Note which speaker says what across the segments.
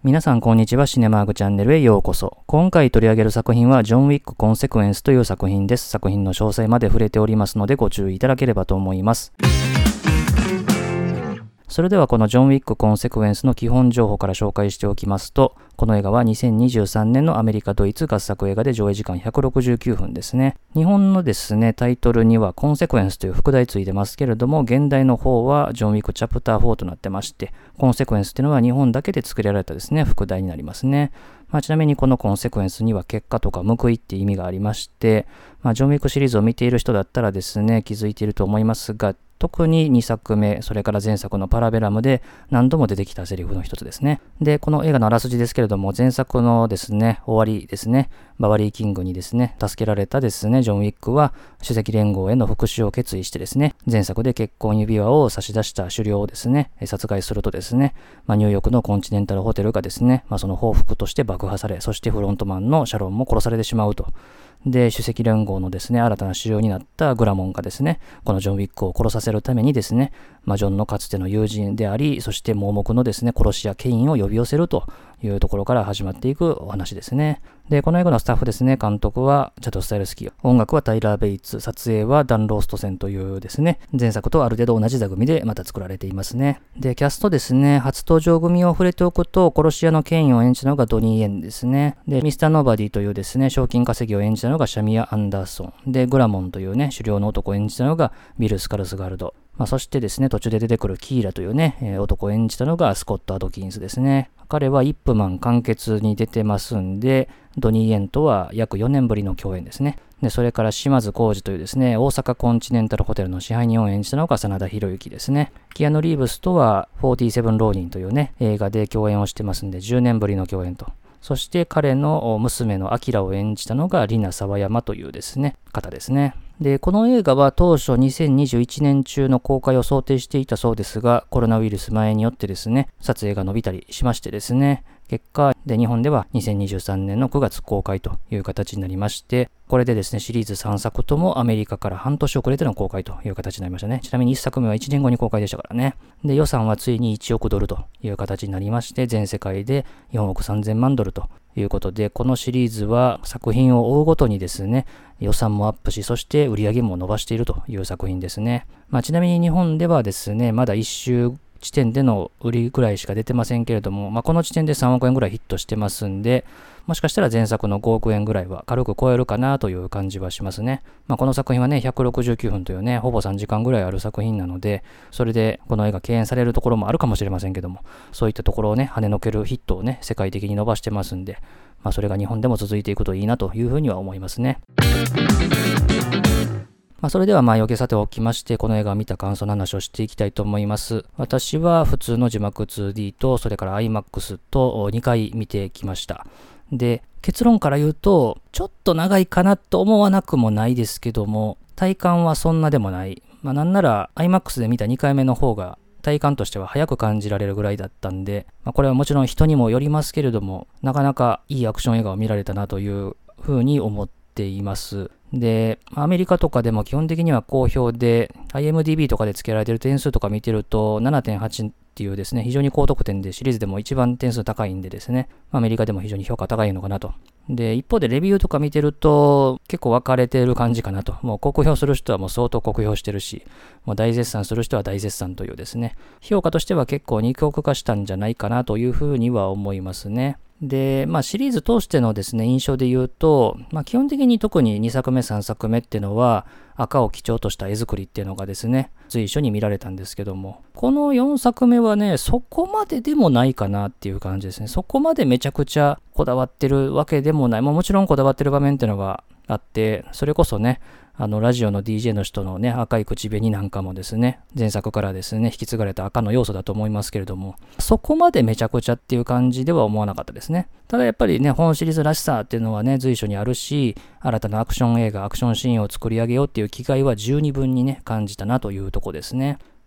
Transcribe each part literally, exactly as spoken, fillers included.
Speaker 1: 皆さんこんにちは。シネマーグチャンネルへようこそ。今回取り上げる作品はジョン・ウィック・コンセクエンスという作品です。作品の詳細まで触れておりますのでご注意いただければと思います。それではこのジョン・ウィック・コンセクエンスの基本情報から紹介しておきますと、この映画はにせんにじゅうさんねんのアメリカ・ドイツ合作映画で上映時間ひゃくろくじゅうきゅうふんですね。日本のですね、タイトルにはコンセクエンスという副題ついてますけれども、現代の方はジョン・ウィック・チャプターフォーとなってまして、コンセクエンスっていうのは日本だけで作られたですね、副題になりますね。まあ、ちなみにこのコンセクエンスには結果とか報いって意味がありまして、まあ、ジョン・ウィックシリーズを見ている人だったらですね、気づいていると思いますが、特ににさくめ、それから前作のパラベラムで何度も出てきたセリフの一つですね。で、この映画のあらすじですけれども、前作のですね、終わりですね、バワリー・キングにですね、助けられたですね、ジョン・ウィックは首席連合への復讐を決意してですね、前作で結婚指輪を差し出した首領をですね、殺害するとですね、まあ、ニューヨークのコンチネンタルホテルがですね、まあ、その報復として爆破され、そしてフロントマンのシャロンも殺されてしまうと。で、首席連合のですね、新たな首領になったグラモンがですね、このジョン・ウィックを殺させるためにですね、まあ、ジョンのかつての友人であり、そして盲目のですね、殺し屋ケインを呼び寄せるというところから始まっていくお話ですね。で、この映画のスタッフですね、監督はチャド・スタイルスキー、音楽はタイラー・ベイツ、撮影はダン・ローストセンというですね、前作とある程度同じ座組でまた作られていますね。で、キャストですね、初登場組を触れておくと、殺し屋のケインを演じたのがドニー・エンですね。で、ミスター・ノーバディというですね、賞金稼ぎを演じたのがシャミア・アンダーソン。で、グラモンというね、狩猟の男を演じたのがビル・スカルスガルド。まあ、そしてですね、途中で出てくるキーラというね、えー、男を演じたのがスコット・アドキンスですね。彼はイップマン完結に出てますんで、ドニー・エンとは約よねんぶりの共演ですね。で、それから島津浩二というですね、大阪コンチネンタルホテルの支配人を演じたのが真田広之ですね。キアヌ・リーブスとはフォーティーセブン・ローニンというね、映画で共演をしてますんで、じゅうねんぶりの共演と。そして彼の娘のアキラを演じたのがリナ・サワヤマというですね、方ですね。で、この映画は当初にせんにじゅういちねん中の公開を想定していたそうですが、コロナウイルス前によってですね、撮影が伸びたりしましてですね、結果で日本ではにせんにじゅうさんねんのくがつ公開という形になりまして、これでですね、シリーズさんさくともアメリカから半年遅れての公開という形になりましたね。ちなみにいっさくめはいちねんごに公開でしたからね。で、予算はついにいちおくドルという形になりまして、全世界でよんおくさんぜんまんドルということで、このシリーズは作品を追うごとにですね、予算もアップし、そして売り上げも伸ばしているという作品ですね。まあ、ちなみに日本ではですね、まだ一周地点での売りぐらいしか出てませんけれども、まあ、この時点でさんおくえんぐらいヒットしてますんで、もしかしたら前作のごおくえんぐらいは軽く超えるかなという感じはしますね。まあ、この作品はね、ひゃくろくじゅうきゅうふんというね、ほぼさんじかんぐらいある作品なので、それでこの映画敬遠されるところもあるかもしれませんけども、そういったところをね、跳ねのけるヒットをね、世界的に伸ばしてますんで、まあ、それが日本でも続いていくといいなというふうには思いますね。まあ、それではまあ余計さておきまして、この映画を見た感想の話をしていきたいと思います。私は普通の字幕 ツーディー と、それから アイマックス とにかい見てきました。で、結論から言うと、ちょっと長いかなと思わなくもないですけども、体感はそんなでもない。まあ、なんなら アイマックス で見たにかいめの方が、体感としては早く感じられるぐらいだったんで、まあ、これはもちろん人にもよりますけれども、なかなかいいアクション映画を見られたなというふうに思っています。で、アメリカとかでも基本的には好評で、アイエムディービー とかで付けられている点数とか見てると ななてんはち っていうですね、非常に高得点でシリーズでも一番点数高いんでですね、アメリカでも非常に評価高いのかなと。で、一方でレビューとか見てると結構分かれてる感じかなと。もう酷評する人はもう相当酷評してるし、もう大絶賛する人は大絶賛というですね、評価としては結構二極化したんじゃないかなというふうには思いますね。で、まあシリーズ通してのですね、印象で言うと、まあ基本的に特ににさくめさんさくめっていうのは赤を基調とした絵作りっていうのがですね、随所に見られたんですけども、このよんさくめはね、そこまででもないかなっていう感じですね。そこまでめちゃくちゃこだわってるわけでもない。まあもちろんこだわってる場面っていうのはあって、それこそね、あのラジオの ディージェー の人のね、赤い口紅なんかもですね、前作からですね、引き継がれた赤の要素だと思いますけれども、そこまでめちゃくちゃっていう感じでは思わなかったですね。ただやっぱりね、本シリーズらしさっていうのはね、随所にあるし、新たなアクション映画、アクションシーンを作り上げようっていう気概は十二分にね、感じたなというとこですね。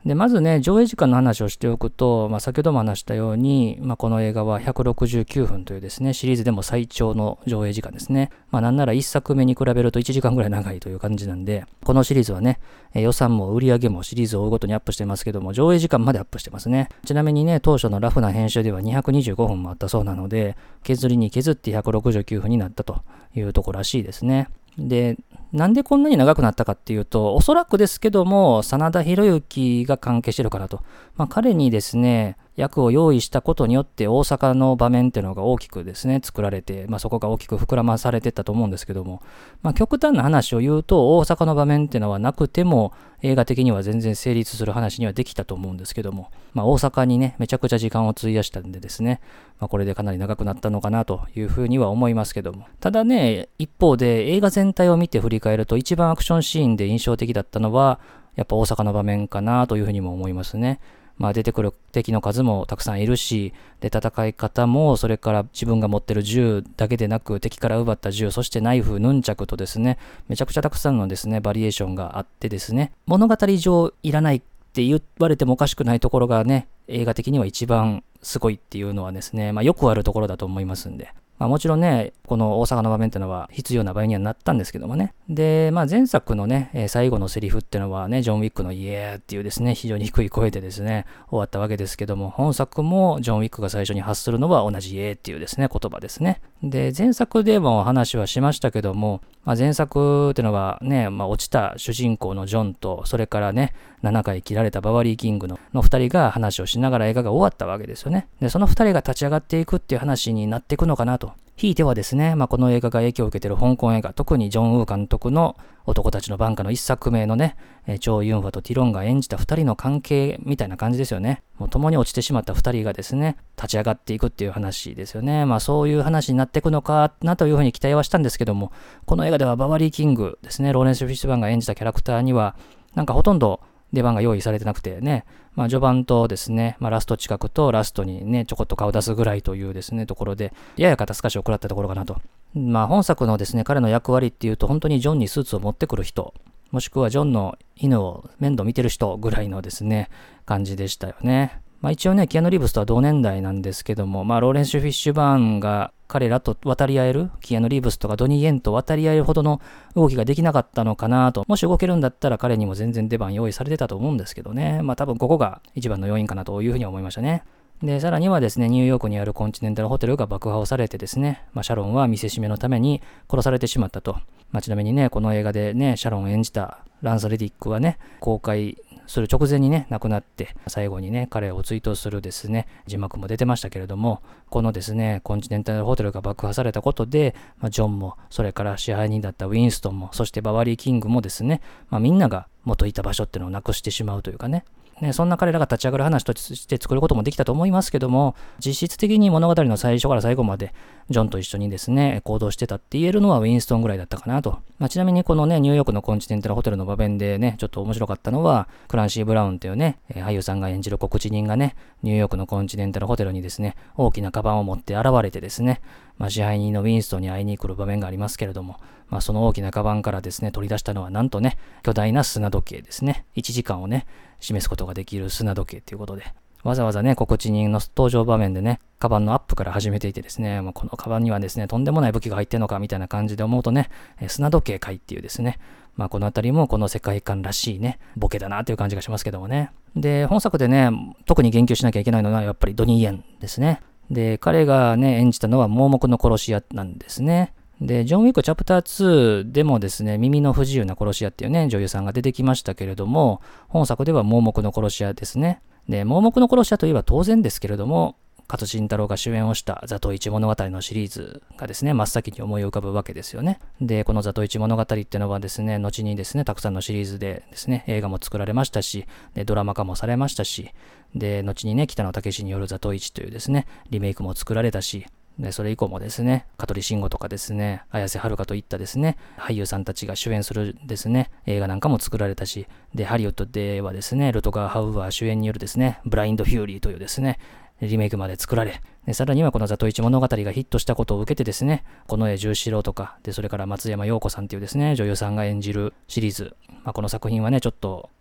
Speaker 1: で、まずね、上映時間の話をしておくと、まあ、先ほども話したように、まあ、この映画はひゃくろくじゅうきゅうふんというですね、シリーズでも最長の上映時間ですね。まあ、なんならいっさくめに比べるといちじかんぐらい長いという感じなんで、このシリーズはね、えー、予算も売り上げもシリーズを追うごとにアップしてますけども、上映時間までアップしてますね。ちなみにね、当初のラフな編集ではにひゃくにじゅうごふんもあったそうなので、削りに削ってひゃくろくじゅうきゅうふんになったというところらしいですね。で、なんでこんなに長くなったかっていうと、おそらくですけども、真田広之が関係してるかなと。まあ、彼にですね、役を用意したことによって大阪の場面っていうのが大きくですね、作られて、まあ、そこが大きく膨らまされてったと思うんですけども、まあ、極端な話を言うと、大阪の場面っていうのはなくても、映画的には全然成立する話にはできたと思うんですけども、まあ、大阪にね、めちゃくちゃ時間を費やしたんでですね、まあ、これでかなり長くなったのかなというふうには思いますけども、ただね、一方で映画全体を見て振り返ると、一番アクションシーンで印象的だったのは、やっぱ大阪の場面かなというふうにも思いますね。まあ、出てくる敵の数もたくさんいるし、で、戦い方も、それから自分が持ってる銃だけでなく、敵から奪った銃、そしてナイフ、ヌンチャクとですね、めちゃくちゃたくさんのですね、バリエーションがあってですね、物語上いらないって言われてもおかしくないところがね、映画的には一番すごいっていうのはですね、まあ、よくあるところだと思いますんで。まあ、もちろんね、この大阪の場面っていうのは必要な場合にはなったんですけどもね。で、まあ前作のね、えー、最後のセリフっていうのはね、ジョン・ウィックのイエーっていうですね、非常に低い声でですね、終わったわけですけども、本作もジョン・ウィックが最初に発するのは同じイエーっていうですね、言葉ですね。で、前作でも話はしましたけども、まあ、前作っていうのはね、まあ、落ちた主人公のジョンと、それからね、ななかい切られたババリー・キングののふたりが話をしながら映画が終わったわけですよね。で、そのふたりが立ち上がっていくっていう話になっていくのかなと。ひいてはですね、まあ、この映画が影響を受けている香港映画、特にジョン・ウー監督の男たちの挽回の一作目のね、えー、チョウ・ユンファとティロンが演じた二人の関係みたいな感じですよね。もう共に落ちてしまった二人がですね、立ち上がっていくっていう話ですよね。まあそういう話になっていくのかなというふうに期待はしたんですけども、この映画ではババリー・キングですね、ローレンス・フィッシュバーンが演じたキャラクターには、なんかほとんど出番が用意されてなくてね、まあ序盤とですね、まあラスト近くとラストにね、ちょこっと顔出すぐらいというですね、ところで、やや肩透かしを食らったところかなと。まあ本作のですね、彼の役割っていうと、本当にジョンにスーツを持ってくる人、もしくはジョンの犬を面倒見てる人ぐらいのですね、感じでしたよね。まあ一応ね、キアヌ・リーブスとは同年代なんですけども、まあローレンス・フィッシュバーンが彼らと渡り合える、キアヌ・リーブスとかドニー・イエンと渡り合えるほどの動きができなかったのかなと。もし動けるんだったら彼にも全然出番用意されてたと思うんですけどね。まあ多分ここが一番の要因かなというふうに思いましたね。で、さらにはですね、ニューヨークにあるコンチネンタルホテルが爆破をされてですね、まあ、シャロンは見せしめのために殺されてしまったと。まあ、ちなみにね、この映画でね、シャロンを演じたランス・レディックはね、公開する直前にね、亡くなって、最後にね、彼を追悼するですね、字幕も出てましたけれども、このですね、コンチネンタルホテルが爆破されたことで、まあ、ジョンも、それから支配人だったウィンストンも、そしてババリー・キングもですね、まあ、みんなが元いた場所っていうのをなくしてしまうというかね、ね、そんな彼らが立ち上がる話として作ることもできたと思いますけども、実質的に物語の最初から最後までジョンと一緒にですね、行動してたって言えるのはウィンストンぐらいだったかなと。まあ、ちなみにこのね、ニューヨークのコンチネンタルホテルの場面でね、ちょっと面白かったのは、クランシー・ブラウンというね、俳優さんが演じる告知人がね、ニューヨークのコンチネンタルホテルにですね、大きなカバンを持って現れてですね、まあ、支配人のウィンストンに会いに来る場面がありますけれども、まあ、その大きなカバンからですね、取り出したのはなんとね、巨大な砂時計ですね。いちじかんをね、示すことができる砂時計ということで、わざわざね、告知人の登場場面でね、カバンのアップから始めていてですね、まあ、このカバンにはですね、とんでもない武器が入ってんのかみたいな感じで思うとね、砂時計界っていうですね、まあこのあたりもこの世界観らしいね、ボケだなという感じがしますけどもね。で、本作でね、特に言及しなきゃいけないのはやっぱりドニー・イエンですね。で、彼がね、演じたのは盲目の殺し屋なんですね。で、ジョン・ウィックチャプターツーでもですね、耳の不自由な殺し屋っていうね、女優さんが出てきましたけれども、本作では盲目の殺し屋ですね。で、盲目の殺し屋といえば当然ですけれども、勝新太郎が主演をした座頭市物語のシリーズがですね、真っ先に思い浮かぶわけですよね。で、この座頭市物語っていうのはですね、後にですね、たくさんのシリーズでですね、映画も作られましたし、で、ドラマ化もされましたし、で、後にね、北野武による座頭市というですね、リメイクも作られたし、で、それ以降もですね、香取慎吾とかですね、綾瀬はるかといったですね、俳優さんたちが主演するですね、映画なんかも作られたし、で、ハリウッドではですね、ルトガー・ハウアー主演によるですね、ブラインド・フューリーというですね、リメイクまで作られ、でさらにはこの座頭市物語がヒットしたことを受けてですね、近衛十四郎とか、で、それから松山陽子さんっていうですね、女優さんが演じるシリーズ、まあ、この作品はね、ちょっと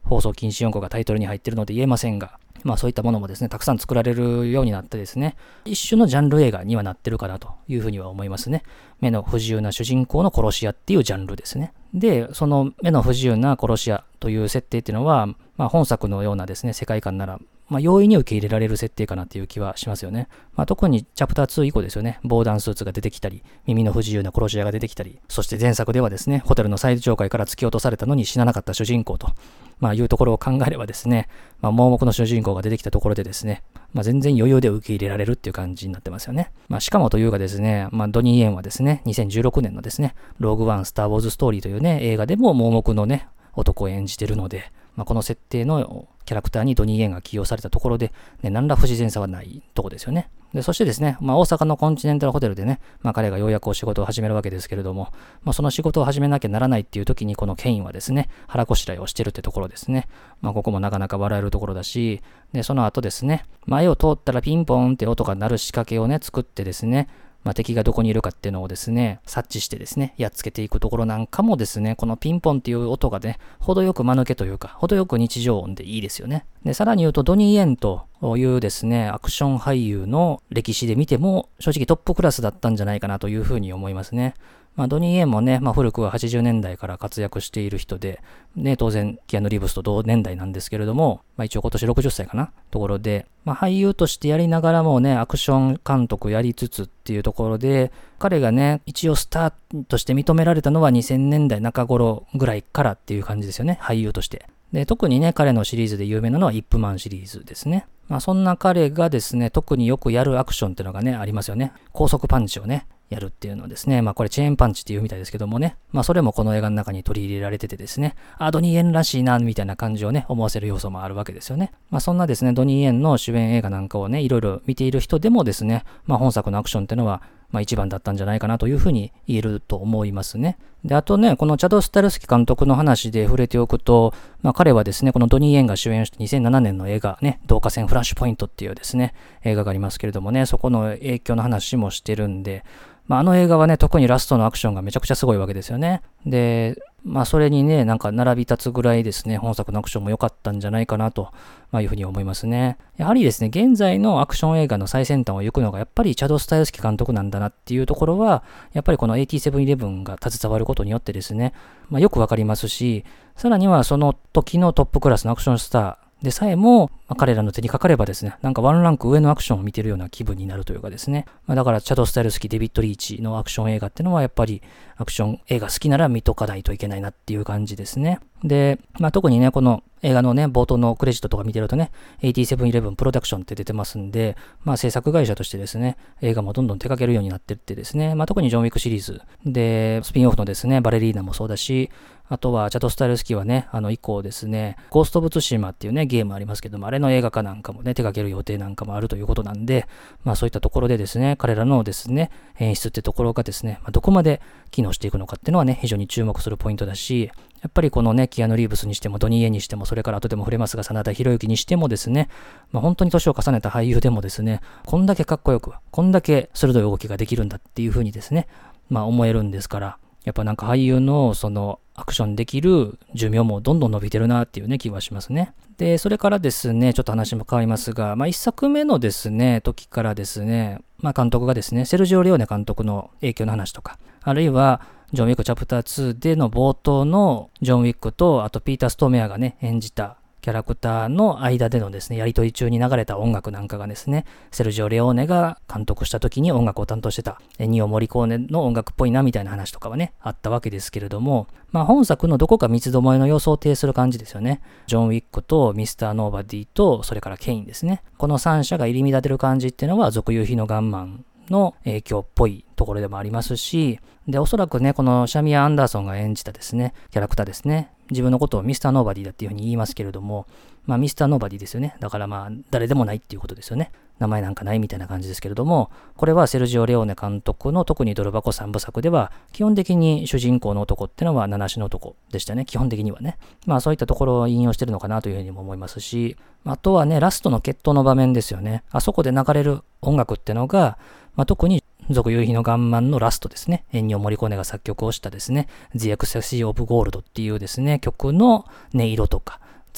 Speaker 1: 放送禁止用語がタイトルに入っているので言えませんが、まあそういったものもですね、たくさん作られるようになってですね、一種のジャンル映画にはなってるかなというふうには思いますね。目の不自由な主人公の殺し屋っていうジャンルですね。で、その目の不自由な殺し屋という設定っていうのは、まあ本作のようなですね、世界観なら、まあ容易に受け入れられる設定かなっていう気はしますよね。まあ特にチャプターツー以降ですよね、防弾スーツが出てきたり、耳の不自由な殺し屋が出てきたり、そして前作ではですね、ホテルの最上階から突き落とされたのに死ななかった主人公と、まあいうところを考えればですね、まあ盲目の主人公が出てきたところでですね、まあ全然余裕で受け入れられるっていう感じになってますよね。まあしかもというかですね、まあドニー・イエンはですね、にせんじゅうろくねんのですね、ローグワンスター・ウォーズ・ストーリーというね、映画でも盲目のね、男を演じてるので、まあ、この設定のキャラクターにドニー・イエンが起用されたところで、ね、何ら不自然さはないとこですよね。で、そしてですね、まあ、大阪のコンチネンタルホテルでね、まあ、彼がようやくお仕事を始めるわけですけれども、まあ、その仕事を始めなきゃならないっていう時に、このケインはですね、腹こしらえをしてるってところですね。まあ、ここもなかなか笑えるところだし、で、その後ですね、前を通ったらピンポンって音が鳴る仕掛けをね、作ってですね、まあ、敵がどこにいるかっていうのをですね、察知してですね、やっつけていくところなんかもですね、このピンポンっていう音がね、程よく間抜けというか、程よく日常音でいいですよね。で、さらに言うと、ドニー・イエンというですね、アクション俳優の歴史で見ても、正直トップクラスだったんじゃないかなというふうに思いますね。まあ、ドニー・イエンもね、まあ、古くははちじゅうねんだいから活躍している人で、ね、当然、キアヌ・リーブスと同年代なんですけれども、まあ、一応今年ろくじゅっさいかなところで、まあ、俳優としてやりながらもね、アクション監督やりつつっていうところで、彼がね、一応スターとして認められたのはにせんねんだいなか頃ぐらいからっていう感じですよね、俳優として。で、特にね、彼のシリーズで有名なのはイップマンシリーズですね。まあ、そんな彼がですね、特によくやるアクションっていうのがね、ありますよね。高速パンチをね、やるっていうのですね。まあこれチェーンパンチっていうみたいですけどもね。まあそれもこの映画の中に取り入れられててですね。あ、ドニー・イエンらしいな、みたいな感じをね、思わせる要素もあるわけですよね。まあそんなですね、ドニー・イエンの主演映画なんかをね、いろいろ見ている人でもですね、まあ本作のアクションっていうのは、まあ一番だったんじゃないかなというふうに言えると思いますね。で、あとね、このチャド・スタルスキ監督の話で触れておくと、まあ彼はですね、このドニー・イエンが主演したにせんななねんの映画ね、導火線フラッシュポイントっていうですね、映画がありますけれどもね、そこの影響の話もしてるんで、まあ、あの映画はね、特にラストのアクションがめちゃくちゃすごいわけですよね。で、まあ、それにね、なんか並び立つぐらいですね、本作のアクションも良かったんじゃないかなと、まあ、いうふうに思いますね。やはりですね、現在のアクション映画の最先端を行くのが、やっぱりチャド・スタイルスキ監督なんだなっていうところは、やっぱりこのエイティセブンイレブンが携わることによってですね、まあ、よくわかりますし、さらにはその時のトップクラスのアクションスター、でさえも、まあ、彼らの手にかかればですね、なんかワンランク上のアクションを見てるような気分になるというかですね。まあ、だから、チャド・スタイルスキ、デビッド・リーチのアクション映画っていうのは、やっぱりアクション映画好きなら見とかないといけないなっていう感じですね。で、まあ、特にね、この映画のね、冒頭のクレジットとか見てるとね、エイティセブンイレブンプロダクションって出てますんで、まあ、制作会社としてですね、映画もどんどん手掛けるようになってってですね、まあ、特にジョン・ウィックシリーズで、スピンオフのですね、バレリーナもそうだし、あとは、チャド・スタイルスキはね、あの以降ですね、ゴースト・オブ・ツシマっていうね、ゲームありますけども、あれの映画化なんかもね、手掛ける予定なんかもあるということなんで、まあそういったところでですね、彼らのですね、演出ってところがですね、まあ、どこまで機能していくのかっていうのはね、非常に注目するポイントだし、やっぱりこのね、キアヌ・リーブスにしても、ドニー・イエンにしても、それから後でも触れますが、真田広之にしてもですね、まあ本当に年を重ねた俳優でもですね、こんだけかっこよく、こんだけ鋭い動きができるんだっていうふうにですね、まあ思えるんですから、やっぱなんか俳優のそのアクションできる寿命もどんどん伸びてるなっていうね気はしますね。で、それからですね、ちょっと話も変わりますが、まあ一作目のですね、時からですね、まあ監督がですね、セルジオ・レオネ監督の影響の話とか、あるいはジョン・ウィックチャプターツーでの冒頭のジョン・ウィックと、あとピーター・ストーメアがね、演じたキャラクターの間でのですね、やりとり中に流れた音楽なんかがですね、セルジオ・レオーネが監督した時に音楽を担当してた、エニオ・モリコーネの音楽っぽいなみたいな話とかはね、あったわけですけれども、まあ本作のどこか三つどもえの様相を呈する感じですよね。ジョン・ウィックとミスター・ノーバディと、それからケインですね。この三者が入り乱れる感じっていうのは、俗夕日のガンマンの影響っぽいところでもありますし、で、おそらくね、このシャミア・アンダーソンが演じたですね、キャラクターですね、自分のことをミスター・ノーバディだっていうふうに言いますけれども、まあミスター・ノーバディですよね。だからまあ誰でもないっていうことですよね。名前なんかないみたいな感じですけれども、これはセルジオ・レオネ監督の特にドル箱三部作では、基本的に主人公の男ってのは七種の男でしたね。基本的にはね。まあそういったところを引用してるのかなというふうにも思いますし、あとはね、ラストの決闘の場面ですよね。あそこで流れる音楽ってのが、まあ特に俗夕日のガンマンのラストですね。エンニオ・モリコーネが作曲をしたですね、The Ecstasy of Gold っていうですね、曲の音色とか、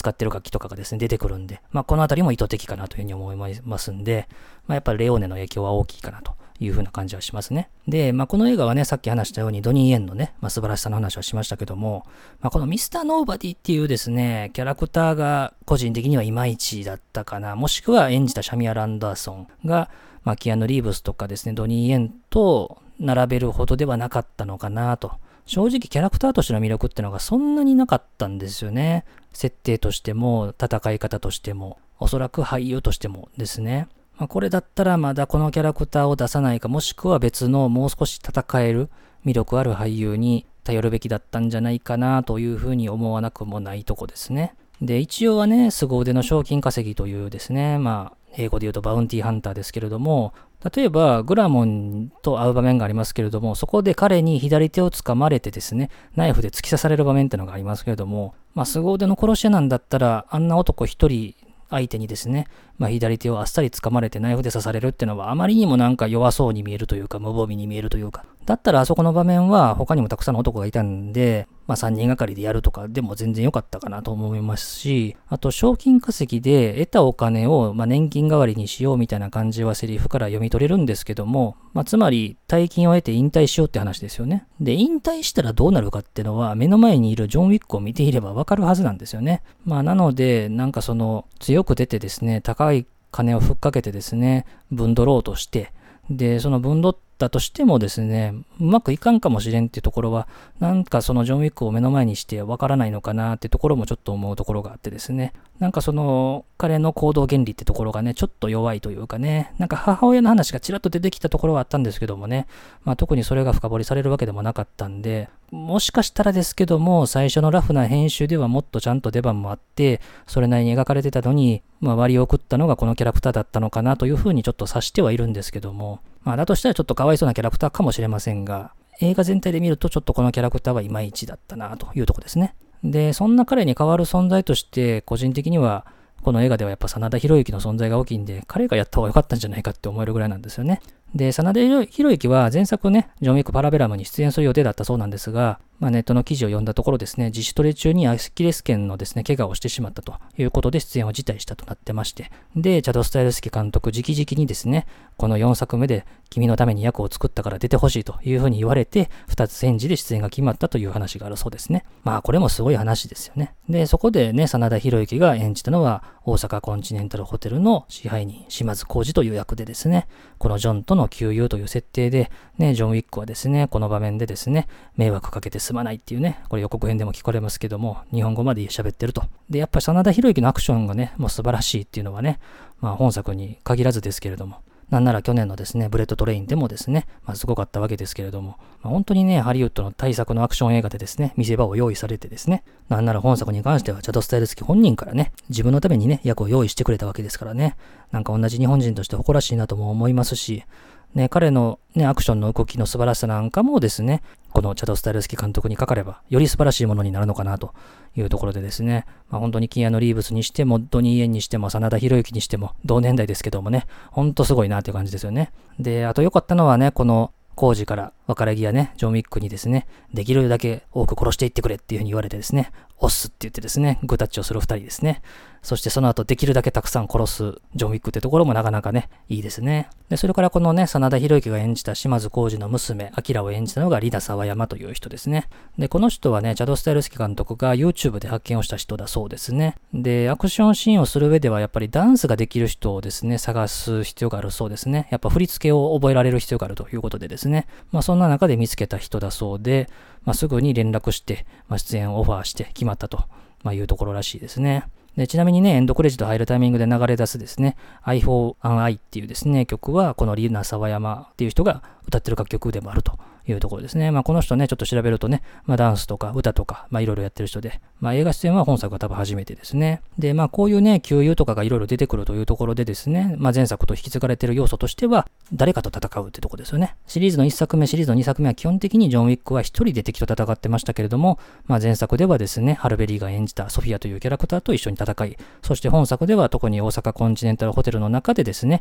Speaker 1: 使ってる楽器とかがですね、出てくるんで、まあこのあたりも意図的かなというふうに思いますんで、まあやっぱりレオーネの影響は大きいかなというふうな感じはしますね。で、まあこの映画はね、さっき話したようにドニー・イエンのね、まあ素晴らしさの話をしましたけども、まあこのミスター・ノーバディっていうですね、キャラクターが個人的にはいまいちだったかな、もしくは演じたシャミア・ランダーソンが、まあキアヌ・リーブスとかですね、ドニー・イエンと並べるほどではなかったのかなと。正直キャラクターとしての魅力ってのがそんなになかったんですよね。設定としても、戦い方としても、おそらく俳優としてもですね。まあ、これだったらまだこのキャラクターを出さないか、もしくは別のもう少し戦える魅力ある俳優に頼るべきだったんじゃないかなというふうに思わなくもないとこですね。で、一応はね、凄腕の賞金稼ぎというですね、まあ、英語で言うとバウンティーハンターですけれども、例えばグラモンと会う場面がありますけれども、そこで彼に左手を掴まれてですね、ナイフで突き刺される場面ってのがありますけれども、まあ、凄腕の殺し屋なんだったら、あんな男一人相手にですね、まあ、左手をあっさり掴まれてナイフで刺されるっていうのはあまりにもなんか弱そうに見えるというか、無防備に見えるというか、だったらあそこの場面は他にもたくさんの男がいたんで、まあさんにんがかりでやるとかでも全然良かったかなと思いますし、あと賞金稼ぎで得たお金をまあ年金代わりにしようみたいな感じはセリフから読み取れるんですけども、まあつまり大金を得て引退しようって話ですよね。で、引退したらどうなるかっていうのは目の前にいるジョン・ウィックを見ていればわかるはずなんですよね。まあなので、なんかその強く出てですね、高い金をふっかけてですね、分取ろうとして、で、その分取ったとしてもですね、うまくいかんかもしれんっていうところは、なんかそのジョン・ウィックを目の前にしてわからないのかなっていうところもちょっと思うところがあってですね、なんかその彼の行動原理ってところがね、ちょっと弱いというかね、なんか母親の話がちらっと出てきたところはあったんですけどもね、まあ特にそれが深掘りされるわけでもなかったんで、もしかしたらですけども、最初のラフな編集ではもっとちゃんと出番もあって、それなりに描かれてたのに、まあ割を食ったのがこのキャラクターだったのかなというふうにちょっと察してはいるんですけども、まあだとしたらちょっとかわいそうなキャラクターかもしれませんが、映画全体で見るとちょっとこのキャラクターはいまいちだったなというところですね。で、そんな彼に代わる存在として、個人的には、この映画ではやっぱ真田広之の存在が大きいんで、彼がやった方が良かったんじゃないかって思えるぐらいなんですよね。で、真田広之は前作ね、ジョン・ウィック・パラベラムに出演する予定だったそうなんですが、まあ、ネットの記事を読んだところですね、自主トレ中にアキレス腱のですね、怪我をしてしまったということで出演を辞退したとなってまして、で、チャド・スタイルスキ監督直々にですね、このよんさくめで君のために役を作ったから出てほしいというふうに言われて、ふたつ返事で出演が決まったという話があるそうですね。まあ、これもすごい話ですよね。で、そこでね、真田広之が演じたのは、大阪コンチネンタルホテルの支配人、島津浩二という役でですね、このジョンとの旧友という設定で、ね、ジョン・ウィックはですね、この場面でですね、迷惑かけてすまないっていうね、これ予告編でも聞かれますけども、日本語まで喋ってると。で、やっぱり真田広之のアクションがね、もう素晴らしいっていうのはね、まあ本作に限らずですけれども、なんなら去年のですね、ブレッドトレインでもですね、まあすごかったわけですけれども、まあ、本当にね、ハリウッドの大作のアクション映画でですね、見せ場を用意されてですね、なんなら本作に関してはチャド・スタイルスキ本人からね、自分のためにね、役を用意してくれたわけですからね、なんか同じ日本人として誇らしいなとも思いますし、ね、彼のね、アクションの動きの素晴らしさなんかもですね、このチャド・スタイルスキ監督にかかれば、より素晴らしいものになるのかなというところでですね、まあ、本当にキアヌ・リーブスにしても、ドニー・イエンにしても、真田広之にしても、同年代ですけどもね、ほんとすごいなという感じですよね。で、あと良かったのはね、この、コージから別れ際ね、ジョン・ウィックにですね、できるだけ多く殺していってくれっていうふうに言われてですね、オッスって言ってですね、グータッチをする二人ですね。そしてその後できるだけたくさん殺すジョン・ウィックってところもなかなかね、いいですね。で、それからこのね、真田広之が演じた島津浩二の娘、アキラを演じたのがリナ・沢山という人ですね。で、この人はね、チャド・スタイルスキ監督が YouTube で発見をした人だそうですね。で、アクションシーンをする上ではやっぱりダンスができる人をですね、探す必要があるそうですね。やっぱ振り付けを覚えられる必要があるということでですね。まあそんな中で見つけた人だそうで、まあ、すぐに連絡して、まあ、出演をオファーして決まったと、まあ、いうところらしいですね。で、ちなみにね、エンドクレジット入るタイミングで流れ出すですね、アイフォーアンアイ っていうですね、曲は、このリーナ・沢山っていう人が歌ってる楽曲でもあるというところですね。まあ、この人ね、ちょっと調べるとね、まあ、ダンスとか歌とか、まあ、いろいろやってる人で、まあ、映画出演は本作が多分初めてですね。で、まあ、こういうね、旧友とかがいろいろ出てくるというところでですね、まあ、前作と引き継がれてる要素としては、誰かと戦うってとこですよね。シリーズのいっさくめ、シリーズのにさくめは基本的にジョン・ウィックは一人で敵と戦ってましたけれども、まあ、前作ではですね、ハルベリーが演じたソフィアというキャラクターと一緒に戦い、そして本作では特に大阪コンチネンタルホテルの中でですね、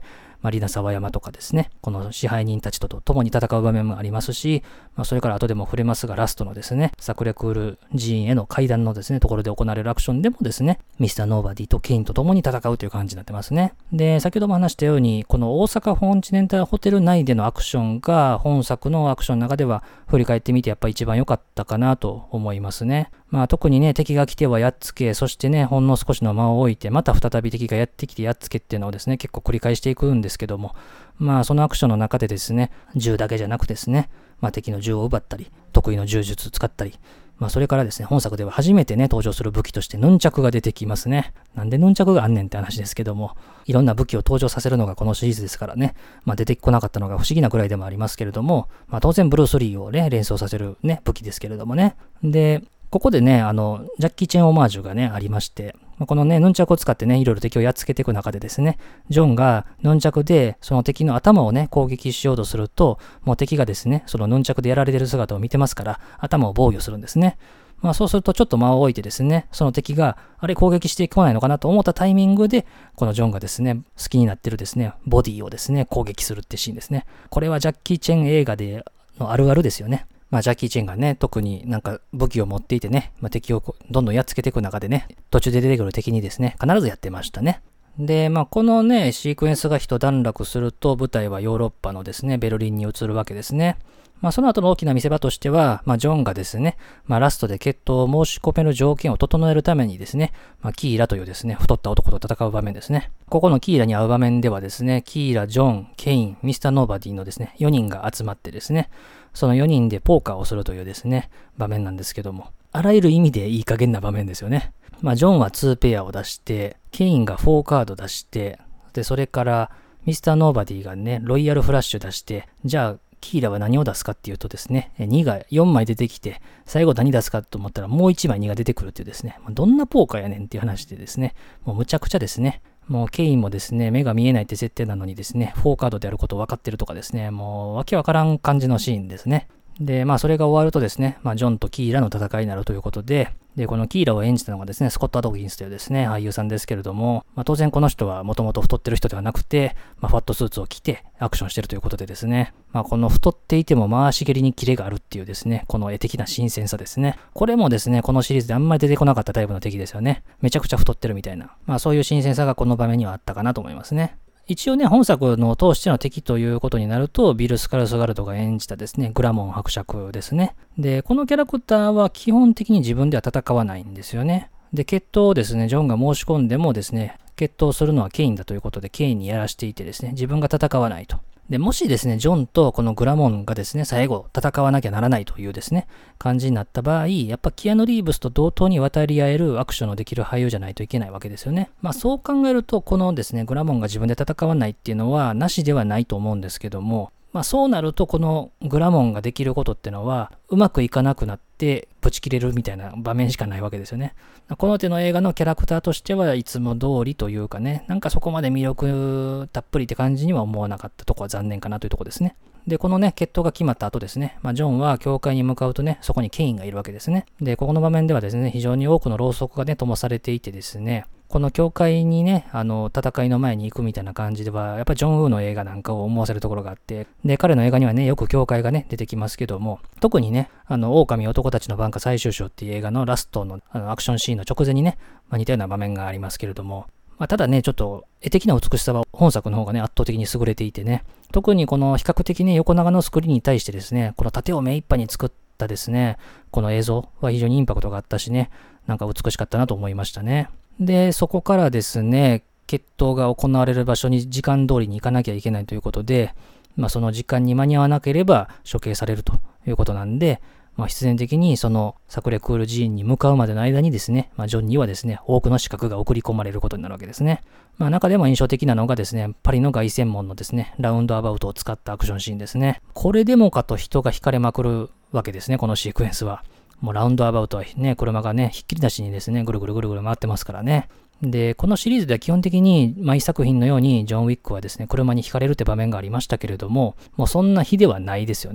Speaker 1: まあ、リナ沢山とかですね、この支配人たちと共に戦う場面もありますし、まあ、それから後でも触れますが、ラストのですね、サクレクール寺院への階段のですね、ところで行われるアクションでもですね、ミスターノーバディとケインと共に戦うという感じになってますね。で、先ほども話したように、この大阪コンチネンタルホテル内でのアクションが、本作のアクションの中では振り返ってみてやっぱり一番良かったかなと思いますね。まあ特にね、敵が来てはやっつけ、そしてね、ほんの少しの間を置いて、また再び敵がやってきてやっつけっていうのをですね、結構繰り返していくんですけども、まあそのアクションの中でですね、銃だけじゃなくですね、まあ敵の銃を奪ったり、得意の銃術使ったり、まあそれからですね、本作では初めてね、登場する武器としてヌンチャクが出てきますね。なんでヌンチャクがあんねんって話ですけども、いろんな武器を登場させるのがこのシリーズですからね、まあ出てこなかったのが不思議なくらいでもありますけれども、まあ当然ブルース・リーをね、連想させるね、武器ですけれどもね。で、ここでね、あの、ジャッキー・チェンオマージュがね、ありまして、このね、ヌンチャクを使ってね、いろいろ敵をやっつけていく中でですね、ジョンがヌンチャクでその敵の頭をね、攻撃しようとすると、もう敵がですね、そのヌンチャクでやられてる姿を見てますから、頭を防御するんですね。まあそうするとちょっと間を置いてですね、その敵があれ攻撃してこないのかなと思ったタイミングで、このジョンがですね、好きになってるですね、ボディをですね、攻撃するってシーンですね。これはジャッキー・チェン映画でのあるあるですよね。まあジャッキー・チェンがね、特になんか武器を持っていてね、まあ、敵をどんどんやっつけていく中でね、途中で出てくる敵にですね、必ずやってましたね。で、まあこのね、シークエンスが一段落すると、舞台はヨーロッパのですね、ベルリンに移るわけですね。まあその後の大きな見せ場としては、まあジョンがですね、まあラストで決闘を申し込める条件を整えるためにですね、まあキーラというですね、太った男と戦う場面ですね。ここのキーラに会う場面ではですね、キーラ、ジョン、ケイン、ミスターノーバディのですね、よにんが集まってですね、そのよにんでポーカーをするというですね、場面なんですけども、あらゆる意味でいい加減な場面ですよね。まあジョンはにペアを出して、ケインがよんカード出して、で、それからミスターノーバディがね、ロイヤルフラッシュ出して、じゃあ、キーラは何を出すかっていうとですね、にがよんまい出てきて、最後何出すかと思ったらもういちまいにが出てくるっていうですね、どんなポーカーやねんっていう話でですね、もうむちゃくちゃですね、もうケインもですね、目が見えないって設定なのにですね、よんカードであることを分かってるとかですね、もうわけわからん感じのシーンですね。で、まあそれが終わるとですね、まあジョンとキーラの戦いになるということで、で、このキーラを演じたのがですね、スコット・アドキンスというですね、俳優さんですけれども、まあ当然この人はもともと太ってる人ではなくて、まあファットスーツを着てアクションしてるということでですね、まあこの太っていても回し蹴りにキレがあるっていうですね、この絵的な新鮮さですね。これもですね、このシリーズであんまり出てこなかったタイプの敵ですよね。めちゃくちゃ太ってるみたいな。まあそういう新鮮さがこの場面にはあったかなと思いますね。一応ね、本作の通しての敵ということになると、ビル・スカルスガルドが演じたですね、グラモン伯爵ですね。で、このキャラクターは基本的に自分では戦わないんですよね。で、決闘をですね、ジョンが申し込んでもですね、決闘するのはケインだということで、ケインにやらしていてですね、自分が戦わないと。で、もしですね、ジョンとこのグラモンがですね、最後戦わなきゃならないというですね、感じになった場合、やっぱキアヌ・リーブスと同等に渡り合えるアクションのできる俳優じゃないといけないわけですよね。まあそう考えると、このですね、グラモンが自分で戦わないっていうのは、なしではないと思うんですけども、まあそうなると、このグラモンができることってのは、うまくいかなくなって、ぶち切れるみたいな場面しかないわけですよね。この手の映画のキャラクターとしてはいつも通りというかね、なんかそこまで魅力たっぷりって感じには思わなかったとこは残念かなというところですね。で、このね、決闘が決まった後ですね、まあ、ジョンは教会に向かうとね、そこにケインがいるわけですね。で、ここの場面ではですね、非常に多くのろうそくがね、灯されていてですね、この教会にね、あの、戦いの前に行くみたいな感じでは、やっぱりジョン・ウーの映画なんかを思わせるところがあって、で、彼の映画にはね、よく教会がね、出てきますけども、特にね、あの、狼男たちの挽歌最終章っていう映画のラストの、あのアクションシーンの直前にね、まあ、似たような場面がありますけれども、まあ、ただね、ちょっと絵的な美しさは本作の方がね、圧倒的に優れていてね、特にこの比較的ね、横長のスクリーンに対してですね、この盾を目いっぱいに作ったですね、この映像は非常にインパクトがあったしね、なんか美しかったなと思いましたね。で、そこからですね、決闘が行われる場所に時間通りに行かなきゃいけないということで、まあその時間に間に合わなければ処刑されるということなんで、まあ必然的にそのサクレクール寺院に向かうまでの間にですね、まあジョンにはですね、多くの刺客が送り込まれることになるわけですね。まあ中でも印象的なのがですね、パリの凱旋門のですね、ラウンドアバウトを使ったアクションシーンですね。これでもかと人が惹かれまくるわけですね、このシークエンスは。もうラウンドアバウトはね、車がね、ひっきりなしにですね、ぐるぐるぐるぐる回ってますからね。で、このシリーズでは基本的に毎作品のようにジョン・ウィックはですね、車に惹かれるって場面がありましたけれども、もうそんな日ではないですよね。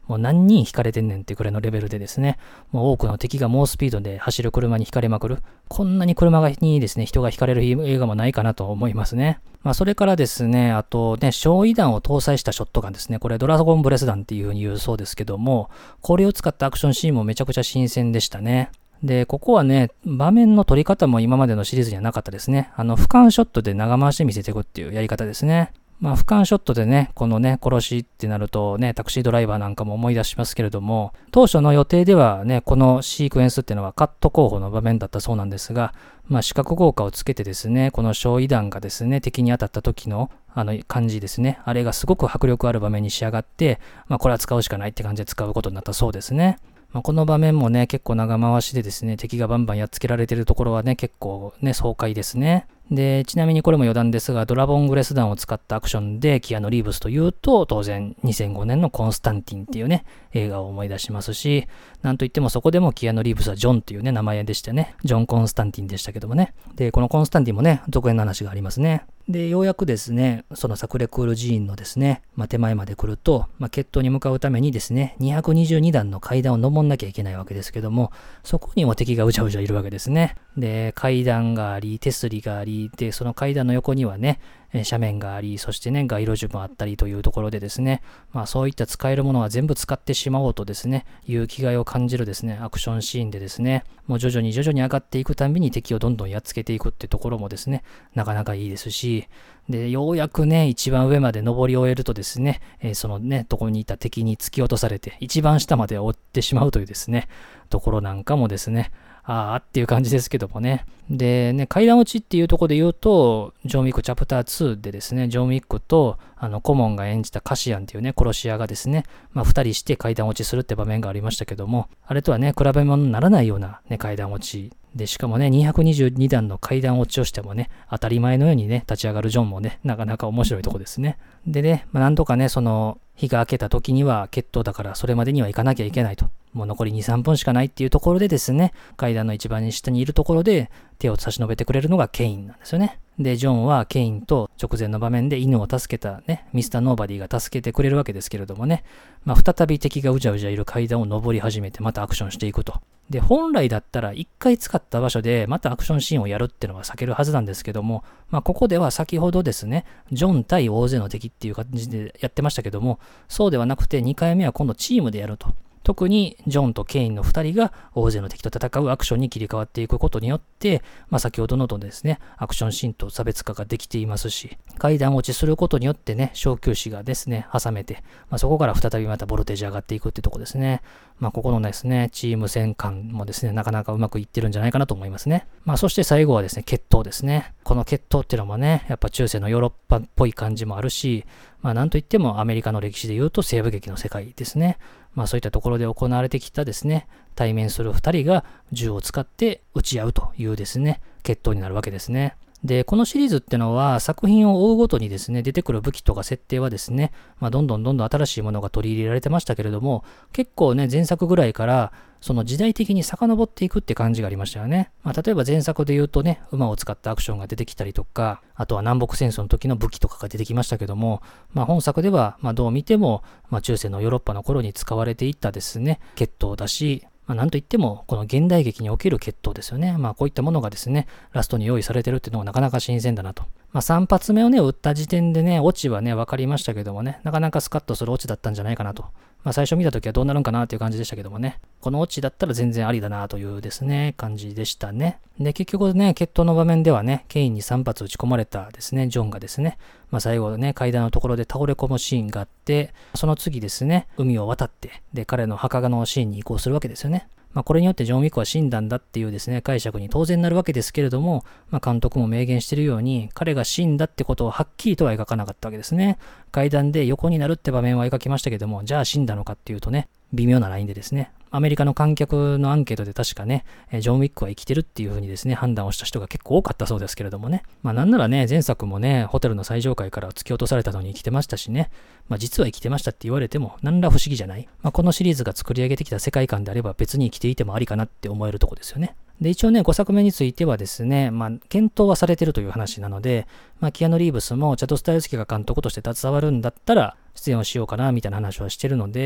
Speaker 1: もう何人引かれてんねんっていうくらいのレベルでですね、もう多くの敵が猛スピードで走る車に引かれまくる。こんなに車にですね、人が引かれる映画もないかなと思いますね。まあ、それからですね、あとね、焼夷弾を搭載したショットガンですね。これドラゴンブレス弾っていう風に言うそうですけども、これを使ったアクションシーンもめちゃくちゃ新鮮でしたね。で、ここはね、場面の撮り方も今までのシリーズにはなかったですね。あの、俯瞰ショットで長回しで見せていくっていうやり方ですね。まあ、俯瞰ショットでね、このね、殺しってなるとね、タクシードライバーなんかも思い出しますけれども、当初の予定ではね、このシークエンスっていうのはカット候補の場面だったそうなんですが、まあ、視覚効果をつけてですね、この焼夷弾がですね、敵に当たった時のあの感じですね、あれがすごく迫力ある場面に仕上がって、まあ、これは使うしかないって感じで使うことになったそうですね。まあ、この場面もね、結構長回しでですね、敵がバンバンやっつけられてるところはね、結構ね、爽快ですね。で、ちなみにこれも余談ですが、ドラゴングレス弾を使ったアクションで、キアヌ・リーブスというと、当然にせんごねんのコンスタンティンっていうね、映画を思い出しますし、なんといってもそこでもキアヌ・リーブスはジョンというね、名前でしてね、ジョン・コンスタンティンでしたけどもね。で、このコンスタンティンもね、続編の話がありますね。で、ようやくですね、そのサクレクール寺院のですね、まあ、手前まで来ると、まあ、決闘に向かうためにですね、にひゃくにじゅうにだんの階段を登んなきゃいけないわけですけども、そこにも敵がうじゃうじゃいるわけですね。で、階段があり、手すりがあり、で、その階段の横にはね、斜面があり、そしてね、街路樹もあったりというところでですね、まあそういった使えるものは全部使ってしまおうとですね、いう気概を感じるですね、アクションシーンでですね、もう徐々に徐々に上がっていくたびに敵をどんどんやっつけていくってところもですね、なかなかいいですし、で、ようやくね、一番上まで登り終えるとですね、えー、そのね、ところにいた敵に突き落とされて、一番下まで追ってしまうというですね、ところなんかもですね、あーっていう感じですけどもね。でね、階段落ちっていうところで言うと、ジョン・ウィックチャプターツーでですね、ジョン・ウィックとあのコモンが演じたカシアンっていうね、殺し屋がですね、まあ二人して階段落ちするって場面がありましたけども、あれとはね、比べ物にならないようなね、階段落ち。で、しかもね、にひゃくにじゅうにだんの階段落ちをしてもね、当たり前のようにね、立ち上がるジョンもね、なかなか面白いとこですね。でね、まあ、なんとかね、その、日が明けた時には決闘だからそれまでには行かなきゃいけないと。もう残りに、さんぷんしかないっていうところでですね、階段の一番下にいるところで手を差し伸べてくれるのがケインなんですよね。で、ジョンはケインと直前の場面で犬を助けたね、ミスターノーバディが助けてくれるわけですけれどもね、まあ、再び敵がうじゃうじゃいる階段を登り始めてまたアクションしていくと。で、本来だったら一回使った場所でまたアクションシーンをやるっていうのは避けるはずなんですけども、まあ、ここでは先ほどですね、ジョン対大勢の敵っていう感じでやってましたけども、そうではなくてにかいめは今度チームでやると。特にジョンとケインのふたりが大勢の敵と戦うアクションに切り替わっていくことによって、まあ、先ほどのとですね、アクションシーンと差別化ができていますし、階段落ちすることによってね、小休止がですね、挟めて、まあ、そこから再びまたボルテージ上がっていくってとこですね。まあ、ここのですね、チーム戦感もですね、なかなかうまくいってるんじゃないかなと思いますね。まあ、そして最後はですね、決闘ですね。この決闘っていうのもね、やっぱ中世のヨーロッパっぽい感じもあるし、まあ、なんといってもアメリカの歴史で言うと西部劇の世界ですね。まあそういったところで行われてきたですね、対面するふたりが銃を使って撃ち合うというですね、決闘になるわけですね。で、このシリーズってのは作品を追うごとにですね、出てくる武器とか設定はですね、まあどんどんどんどん新しいものが取り入れられてましたけれども、結構ね、前作ぐらいからその時代的に遡っていくって感じがありましたよね。まあ例えば前作で言うとね、馬を使ったアクションが出てきたりとか、あとは南北戦争の時の武器とかが出てきましたけども、まあ本作ではまあどう見ても、まあ中世のヨーロッパの頃に使われていったですね、決闘だし、まあ、なんといっても、この現代劇における決闘ですよね。まあ、こういったものがですね、ラストに用意されてるっていうのがなかなか新鮮だなと。まあ、さん発目をね、打った時点でね、オチはね、分かりましたけどもね、なかなかスカッとするオチだったんじゃないかなと。まあ、最初見た時はどうなるんかなっていう感じでしたけどもね、このオチだったら全然ありだなというですね、感じでしたね。で、結局ね、決闘の場面ではね、ケインにさん発撃ち込まれたですね、ジョンがですね、まあ、最後ね、階段のところで倒れ込むシーンがあって、その次ですね、海を渡って、で、彼の墓のシーンに移行するわけですよね。まあ、これによってジョン・ウィックは死んだんだっていうですね、解釈に当然なるわけですけれども、まあ、監督も明言しているように、彼が死んだってことをはっきりとは描かなかったわけですね。階段で横になるって場面は描きましたけども、じゃあ死んだのかっていうとね、微妙なラインでですね、アメリカの観客のアンケートで確かね、ジョン・ウィックは生きてるっていう風にですね、判断をした人が結構多かったそうですけれどもね。まあなんならね、前作もね、ホテルの最上階から突き落とされたのに生きてましたしね、まあ実は生きてましたって言われても何ら不思議じゃない。まあこのシリーズが作り上げてきた世界観であれば別に生きていてもありかなって思えるとこですよね。で、一応ね、ごさくめについてはですね、まあ、検討はされてるという話なので、まあ、キアヌ・リーブスもチャド・スタイルスキーが監督として携わるんだったら、出演をしようかな、みたいな話はしてるので、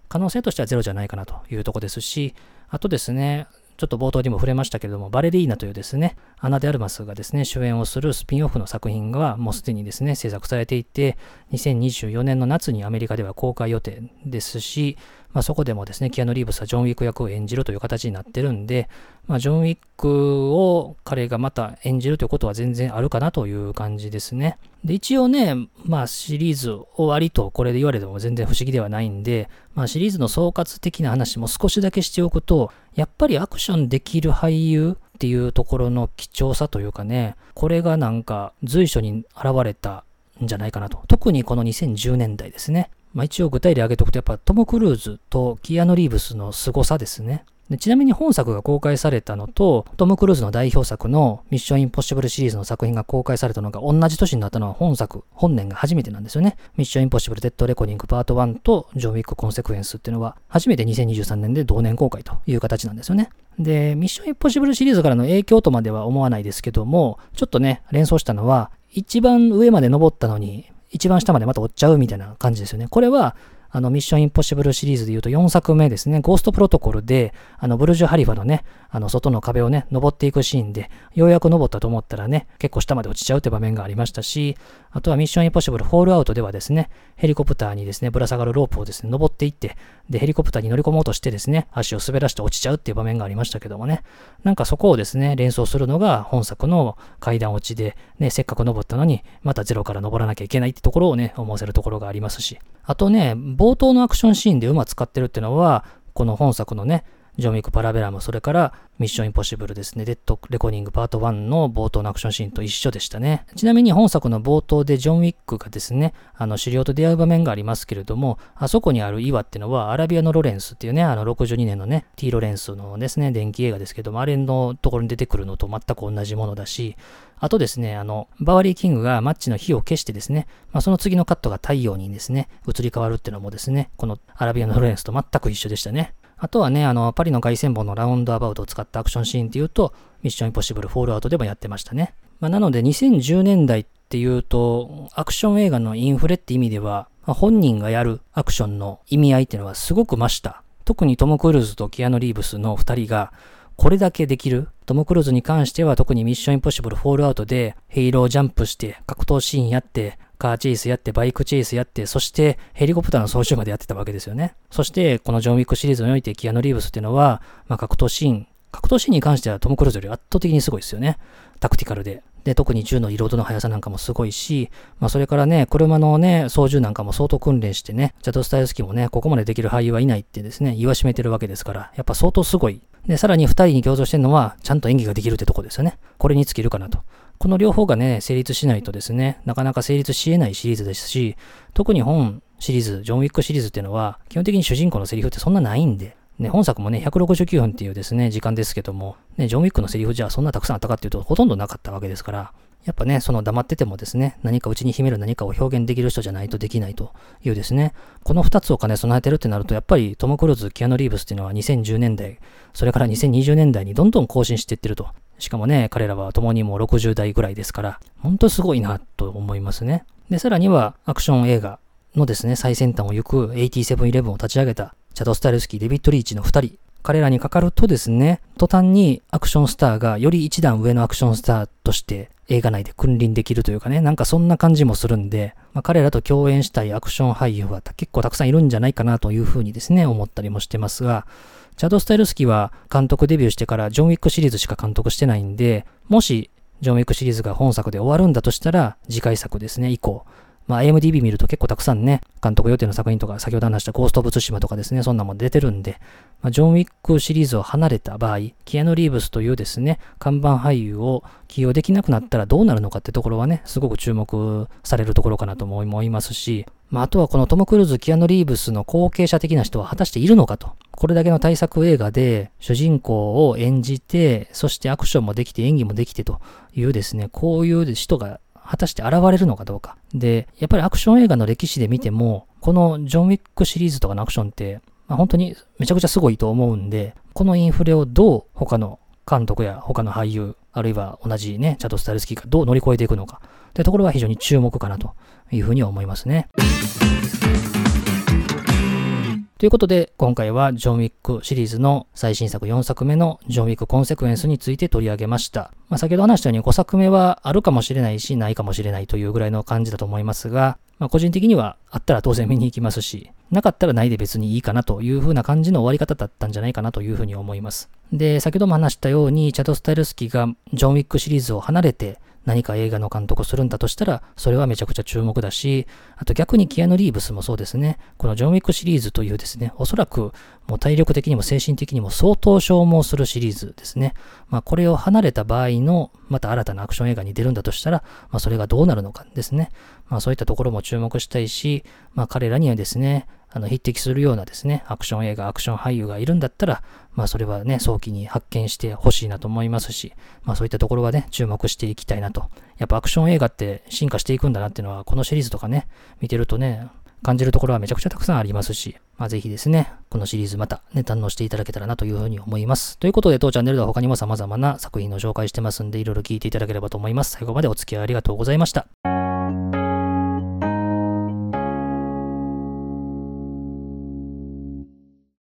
Speaker 1: 可能性としてはゼロじゃないかなというところですし、あとですね、ちょっと冒頭にも触れましたけれども、バレリーナというですね、アナ・デ・アルマスがですね、主演をするスピンオフの作品がもうすでにですね、制作されていて、にせんにじゅうよねんの夏にアメリカでは公開予定ですし、まあ、そこでもですね、キアヌ・リーブスはジョン・ウィック役を演じるという形になってるんで、まあ、ジョン・ウィックを彼がまた演じるということは全然あるかなという感じですね。で、一応ね、まあシリーズ終わりとこれで言われても全然不思議ではないんで、まあシリーズの総括的な話も少しだけしておくと、やっぱりアクションできる俳優っていうところの貴重さというかね、これがなんか随所に現れたんじゃないかなと。特にこのにせんじゅうねんだいですね。まあ一応具体例挙げておくと、やっぱトム・クルーズとキアヌ・リーブスの凄さですね。でちなみに本作が公開されたのと、トム・クルーズの代表作のミッション・インポッシブルシリーズの作品が公開されたのが同じ年になったのは本作、本年が初めてなんですよね。ミッション・インポッシブル・デッド・レコーディングパートワンとジョン・ウィック・コンセクエンスっていうのは初めてにせんにじゅうさんねんで同年公開という形なんですよね。で、ミッション・インポッシブルシリーズからの影響とまでは思わないですけども、ちょっとね、連想したのは、一番上まで登ったのに、一番下までまた落ちちゃうみたいな感じですよね。これは、あの、ミッションインポッシブルシリーズで言うとよんさくめですね、ゴーストプロトコルで、あの、ブルジュ・ハリファのね、あの、外の壁をね、登っていくシーンで、ようやく登ったと思ったらね、結構下まで落ちちゃうって場面がありましたし、あとはミッションインポッシブルフォールアウトではですね、ヘリコプターにですね、ぶら下がるロープをですね、登っていって、で、ヘリコプターに乗り込もうとしてですね、足を滑らして落ちちゃうっていう場面がありましたけどもね、なんかそこをですね、連想するのが本作の階段落ちで、ね、せっかく登ったのに、またゼロから登らなきゃいけないってところをね、思わせるところがありますし、あとね、冒頭のアクションシーンで馬使ってるっていうのは、この本作のね、ジョン・ウィック・パラベラム、それからミッション・インポッシブルですね、デッド・レコーディングパートワンの冒頭のアクションシーンと一緒でしたね。ちなみに本作の冒頭でジョン・ウィックがですね、あの、狩猟と出会う場面がありますけれども、あそこにある岩っていうのはアラビアのロレンスっていうね、あの、ろくじゅうにねんのね、T ロレンスのですね、電気映画ですけども、あれのところに出てくるのと全く同じものだし、あとですね、あの、バワリー・キングがマッチの火を消してですね、まあ、その次のカットが太陽にですね、移り変わるっていうのもですね、このアラビアのロレンスと全く一緒でしたね。あとはね、あの、パリの凱旋門のラウンドアバウトを使ったアクションシーンっていうと、ミッションインポッシブルフォールアウトでもやってましたね。まあ、なのでにせんじゅうねんだいっていうと、アクション映画のインフレって意味では、まあ、本人がやるアクションの意味合いっていうのはすごく増した。特にトム・クルーズとキアヌ・リーブスの二人が、これだけできる。トム・クルーズに関しては特にミッションインポッシブルフォールアウトでヘイロージャンプして格闘シーンやってカーチェイスやってバイクチェイスやってそしてヘリコプターの操縦までやってたわけですよね。そしてこのジョン・ウィックシリーズにおいてキアヌ・リーブスっていうのは、まあ、格闘シーン格闘シーンに関してはトム・クルーズより圧倒的にすごいですよね。タクティカルで。で、特に銃のリロードの速さなんかもすごいし、まあそれからね、車のね、操縦なんかも相当訓練してね、チャド・スタイルスキーもね、ここまでできる俳優はいないってですね、言わしめてるわけですから、やっぱ相当すごい。で、さらに二人に共通してるのは、ちゃんと演技ができるってとこですよね。これに尽きるかなと。この両方がね、成立しないとですね、なかなか成立し得ないシリーズですし、特に本シリーズ、ジョン・ウィックシリーズっていうのは、基本的に主人公のセリフってそんなないんで、ね、本作もね、ひゃくろくじゅうきゅうふんっていうですね、時間ですけども、ね、ジョン・ウィックのセリフじゃそんなたくさんあったかっていうと、ほとんどなかったわけですから、やっぱね、その黙っててもですね、何か内に秘める何かを表現できる人じゃないとできないというですね、この二つを兼ね備えてるってなると、やっぱりトム・クルーズ、キアヌ・リーブスっていうのはにせんじゅうねんだい、それからにせんにじゅうねんだいにどんどん更新していってると。しかもね、彼らは共にもうろくじゅうだいぐらいですから、本当にすごいなと思いますね。で、さらにはアクション映画のですね、最先端を行くエイティセブンイレブンを立ち上げたチャド・スタイルスキー、デビッド・リーチの二人。彼らにかかるとですね、途端にアクションスターがより一段上のアクションスターとして映画内で君臨できるというかね、なんかそんな感じもするんで、まあ、彼らと共演したいアクション俳優は結構たくさんいるんじゃないかなというふうにですね、思ったりもしてますが、チャド・スタイルスキーは監督デビューしてからジョン・ウィックシリーズしか監督してないんで、もしジョン・ウィックシリーズが本作で終わるんだとしたら、次回作ですね、以降。まあ、アイエムディービー 見ると結構たくさんね、監督予定の作品とか、先ほど話したゴースト・オブ・ツシマとかですね、そんなもん出てるんで、まあ、ジョン・ウィックシリーズを離れた場合、キアヌ・リーブスというですね、看板俳優を起用できなくなったらどうなるのかってところはね、すごく注目されるところかなと思いますし、まあ、あとはこのトム・クルーズ、キアヌ・リーブスの後継者的な人は果たしているのかと。これだけの大作映画で主人公を演じて、そしてアクションもできて演技もできてというですね、こういう人が果たして現れるのかどうか。で、やっぱりアクション映画の歴史で見ても、このジョン・ウィックシリーズとかのアクションって、まあ、本当にめちゃくちゃすごいと思うんで、このインフレをどう他の監督や他の俳優、あるいは同じね、チャド・スタイルスキーがどう乗り越えていくのか。というところは非常に注目かなというふうには思いますね。 ということで、今回はジョン・ウィックシリーズの最新作よんさくめのジョン・ウィック・コンセクエンスについて取り上げました。まあ、先ほど話したようにごさくめはあるかもしれないし、ないかもしれないというぐらいの感じだと思いますが、まあ、個人的にはあったら当然見に行きますし、なかったらないで別にいいかなという風な感じの終わり方だったんじゃないかなというふうに思います。で、先ほども話したように、チャド・スタイルスキーがジョン・ウィックシリーズを離れて、何か映画の監督をするんだとしたら、それはめちゃくちゃ注目だし、あと逆にキアヌ・リーブスもそうですね、このジョン・ウィックシリーズというですね、おそらくもう体力的にも精神的にも相当消耗するシリーズですね。まあこれを離れた場合の、また新たなアクション映画に出るんだとしたら、まあそれがどうなるのかですね。まあそういったところも注目したいし、まあ彼らにはですね、あの、匹敵するようなですね、アクション映画、アクション俳優がいるんだったら、まあそれはね、早期に発見してほしいなと思いますし、まあそういったところはね、注目していきたいなと。やっぱアクション映画って進化していくんだなっていうのは、このシリーズとかね、見てるとね、感じるところはめちゃくちゃたくさんありますし、まあぜひですね、このシリーズまたね、堪能していただけたらなというふうに思います。ということで、当チャンネルでは他にも様々な作品の紹介してますんで、いろいろ聞いていただければと思います。最後までお付き合いありがとうございました。